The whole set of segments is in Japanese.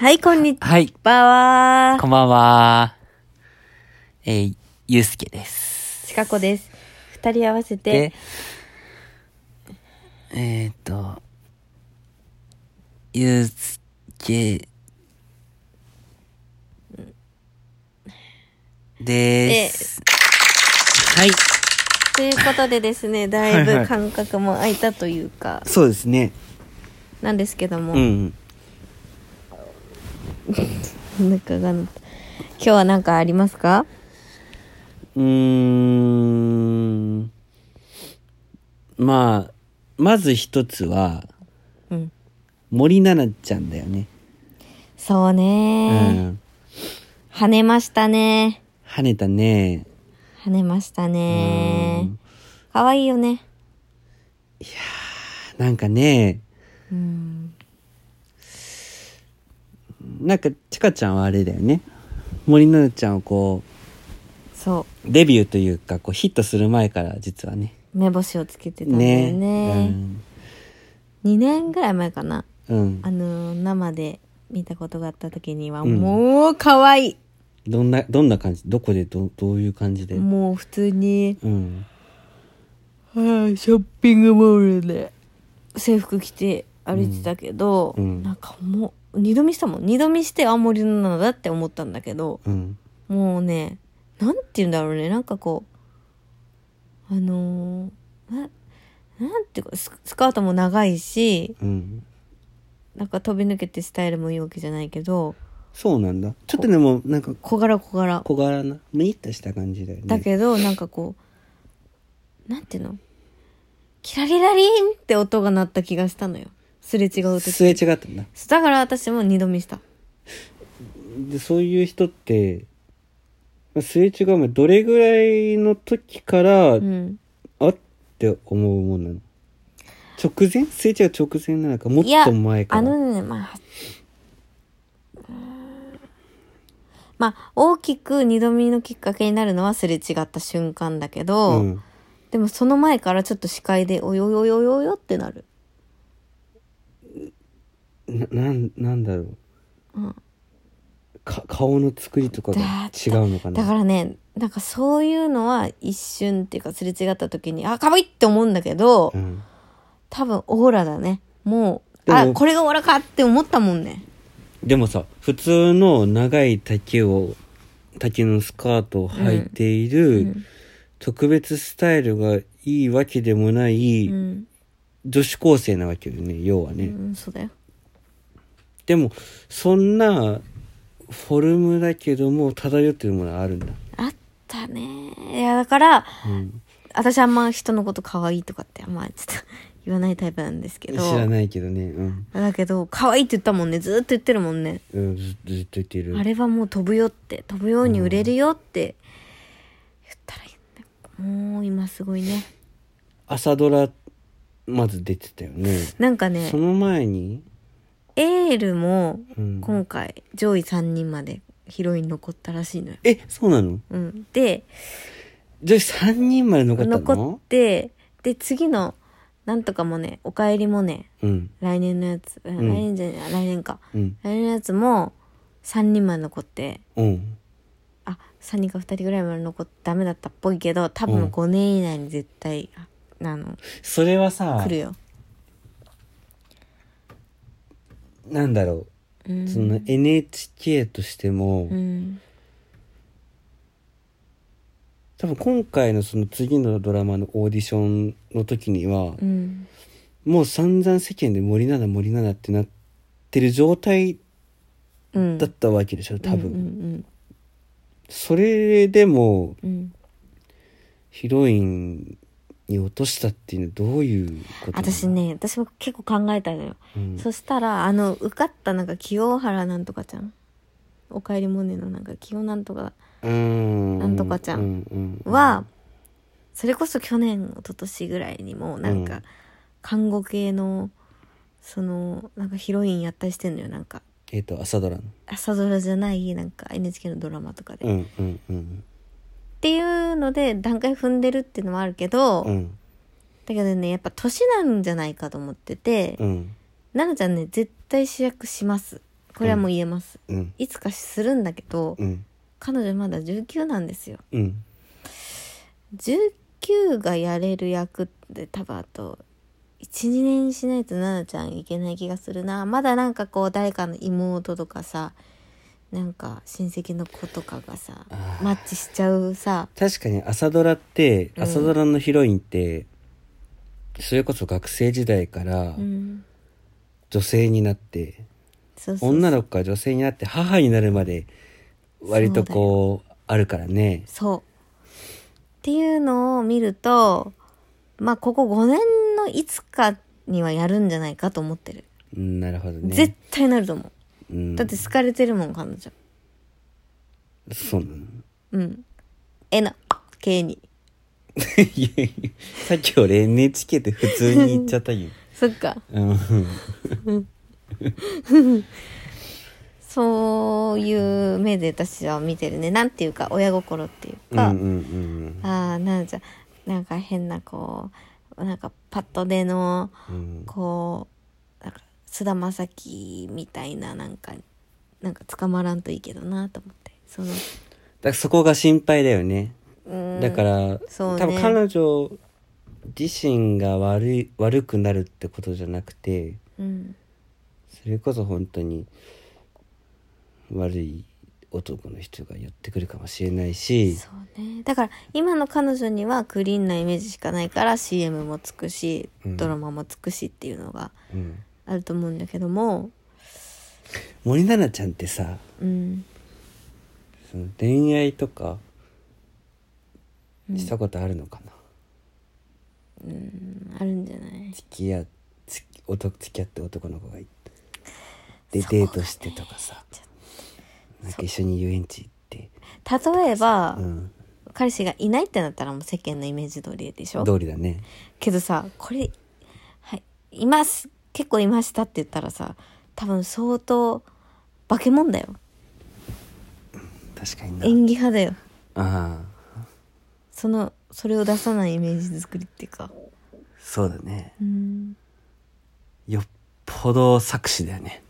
はい、こんにちはい、 は。 こんばんは。ゆうすけです。 ちかこです。二人合わせて。 で、ゆうすけです。はい。 ということでですね、だいぶ間隔も空いたというか、 そうですね。 なんですけども、 うん。 なんか今日は何かありますか？ まあ、まず一つは、 うん。 森七菜ちゃんだよね。 そううね、 ん。 跳ねましたね。 跳ねたね。 跳ねましたね。かわいいよね。 なんかね、 うん。 なんかちかちゃんはあれだよね。森七菜ちゃんをこそう。 デビューというかこうヒットする前から実はね。 目星をつけてたんだよね。2年ぐらい前かな。 うん。 生で見たことがあった時には、 うんもう可愛い。 どんな感じ？どこでどういう感じで？ もう普通に、 うん。 ショッピングモールで制服着て歩いてたけど、なんかもう二度見したもん。二度見して森の七菜だって思ったんだけど、もうね、なんて言うんだろうね、なんかこうなんていうかスカートも長いし、なんか飛び抜けてスタイルもいいわけじゃないけど、 そうなんだ。ちょっとでもなんか小柄なムイッとした感じだよね。 だけどなんかこうなんていうの、キラリラリンって音が鳴った気がしたのよ、すれ違う時。 すれ違ったんだ。 だから私も二度見した。 でそういう人ってすれ違う前どれぐらいの時から、あって思うもんなの？直前？すれ違う直前なのかもっと前から？ まあ大きく二度見のきっかけになるのはすれ違った瞬間だけど、でもその前からちょっと視界でおよよよよよってなる。 なんだろう、顔の作りとかが違うのかな。 だからね、なんかそういうのは一瞬っていうかすれ違った時に可愛いって思うんだけど、多分オーラだね。もうこれがオーラかって思ったもんね。 でもさ、普通の長い丈のスカートを履いている、特別スタイルがいいわけでもない、女子高生なわけよね、要はね。 そうだよ。 でもそんなフォルムだけども漂ってるものあるんだ。 あったね。いやだから、私あんま人のこと可愛いとかってあんまちょっと言わないタイプなんですけど。 知らないけどね。 だけど可愛いって言ったもんね。ずっと言ってるもんね。 ずっと言ってる。 あれはもう飛ぶように売れるよって言ったらいいんだよ。もう今すごいね。 朝ドラまず出てたよね。 なんかね、 その前にエールも今回上位3人までヒロイン残ったらしいのよ。 そうなの？ で上位3人まで残ったの？ 残って、で次のなんとかもね、おかえりもね、来年のやつ、来年じゃない、来年か、来年のやつも3人まで残って、3人か2人ぐらいまで残ってダメだったっぽいけど、多分5年以内に絶対それはさ、 来るよ。 なんだろう、その NHK としても、多分今回のその次のドラマのオーディションの時には、もう散々世間で森七菜ってなってる状態だったわけでしょ、多分。それでも、ヒロインに落としたっていうのはどういうことなの？ 私も結構考えたのよ。そしたら受かったなんか清原なんとかちゃん、おかえりモネのなんか清なんとかなんとかちゃんは、それこそ去年一昨年ぐらいにもなんか看護系のそのなんかヒロインやったりしてんのよ。なんか朝ドラじゃないなんか NHK のドラマとかで、っていうので段階踏んでるっていうのもあるけど、だけどね、やっぱ年なんじゃないかと思ってて、奈々ちゃんね絶対主役しますこれはもう言えます、 うん、 いつかするんだけど、 うん、 彼女まだ19なんですよ、 うん、 19がやれる役って多分あと 1,2 年しないと奈々ちゃんいけない気がするな。まだなんかこう誰かの妹とかさ、なんか親戚の子とかがさマッチしちゃうさ。 確かに朝ドラって、朝ドラのヒロインってそれこそ学生時代から女性になって、そうそうそう、女の子から女性になって母になるまで割とこうあるからね。 そうっていうのを見ると、まあここ5年のいつかにはやるんじゃないかと思ってる。 なるほどね。 絶対なると思う、だって好かれてるもん彼女。 そうなの？ うん。系にいやいや、さっき俺 NHK って普通に言っちゃったよ。 そっか。そういう目で私は見てるね。なんていうか親心っていうか、なんじゃなんか変なこうなんかパッとでの、こうなんか菅田将暉みたいななんか捕まらんといいけどなと思って、 だからそこが心配だよね。だから、そうね、多分彼女自身が悪くなるってことじゃなくて、それこそ本当に悪い男の人が寄ってくるかもしれないし。 そうね。だから今の彼女にはクリーンなイメージしかないから CM もつくし、ドラマもつくしっていうのがあると思うんだけども、 森七菜ちゃんってさ、その恋愛とかしたことあるのかな。 あるんじゃない。 付き合って男の子がいてで、デートしてとかさ、なんか一緒に遊園地行って、 例えば、彼氏がいないってなったらもう世間のイメージ通りでしょ。 通りだね。 けどさ、これはいいます、結構いましたって言ったらさ、多分相当化け物だよ。 確かにな。 演技派だよ。 ああ、 それを出さないイメージ作りっていうか。 そうだね。よっぽど作詞だよね。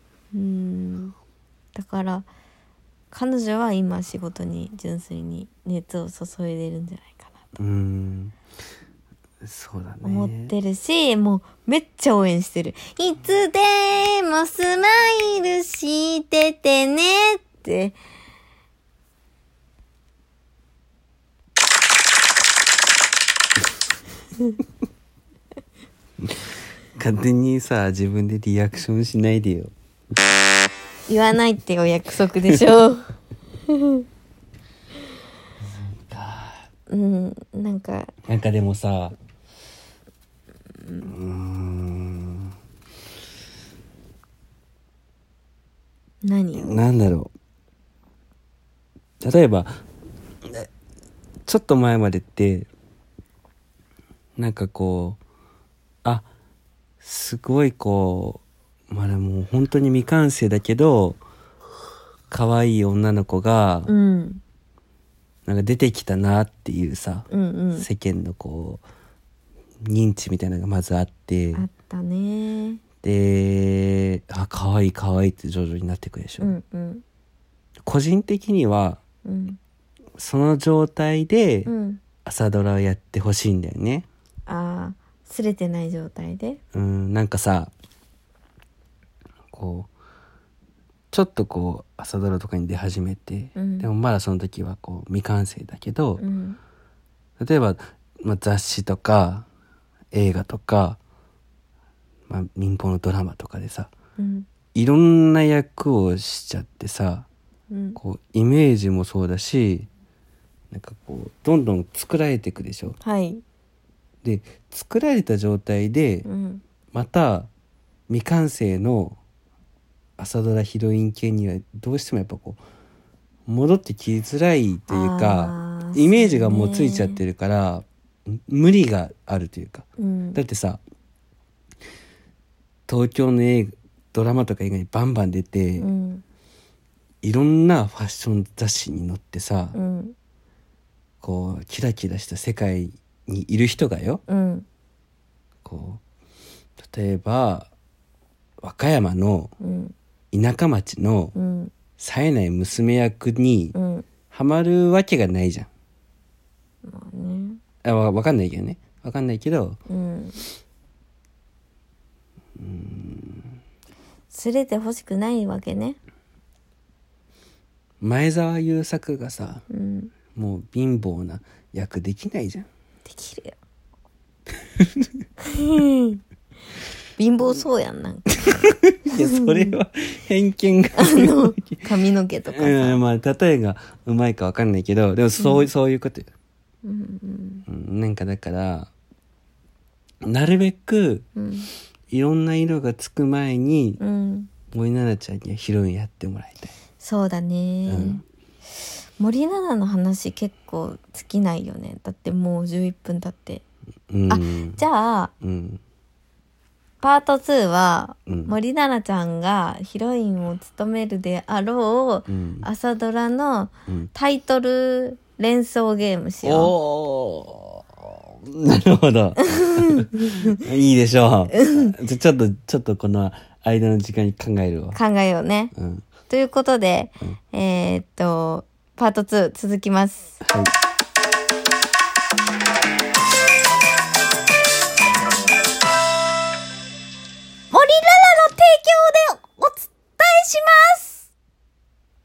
だから彼女は今仕事に純粋に熱を注いでるんじゃないかなと。 そうだね。 思ってるし、もうめっちゃ応援してる。いつでもスマイルしててねって勝手にさ自分でリアクションしないでよ。 言わないってお約束でしょ。なんかでもさ、なんだろう。例えばちょっと前までってなんかこうすごいこうでも本当に未完成だけど可愛い女の子が、なんか出てきたなっていうさ、世間のこう認知みたいなのがまずあって、 あったね。 で可愛い可愛いって徐々になっていくでしょ。個人的には、その状態で朝ドラをやってほしいんだよね。 すれてない状態で。 なんかさ、こうちょっとこう朝ドラとかに出始めて、でもまだその時はこう未完成だけど、例えば、雑誌とか映画とか、民放のドラマとかでさ、いろんな役をしちゃってさ、こうイメージもそうだし、なんかこうどんどん作られていくでしょ。で作られた状態で、また未完成の朝ドラヒロイン系にはどうしてもやっぱこう戻ってきづらいというか、イメージがもうついちゃってるから無理があるというか、だってさ、東京のドラマとか映画にバンバン出て、いろんなファッション雑誌に載ってさ、こうキラキラした世界にいる人がよ、こう例えば和歌山の田舎町の冴えない娘役にハマるわけがないじゃん。 まあね。 わかんないけどね。わかんないけど。 連れてほしくないわけね。 前澤友作がさ、もう貧乏な役できないじゃん。 できるよ。貧乏そうやん、なんか。 いや、それは偏見が髪の毛とかさ。 まあ、例えがうまいかわかんないけど、でもそういうことよ。なんかだから、なるべく、いろんな色がつく前に、森七菜ちゃんにはヒロインやってもらいたい。 そうだね。森七菜の話結構尽きないよね。だってもう11分経って。じゃあ、パート2は、森七菜ちゃんがヒロインを務めるであろう、朝ドラのタイトル連想ゲームしよう。なるほど。いいでしょう。ちょっとこの間の時間に考えるわ。 考えようね。ということで、パート2続きます。 はい。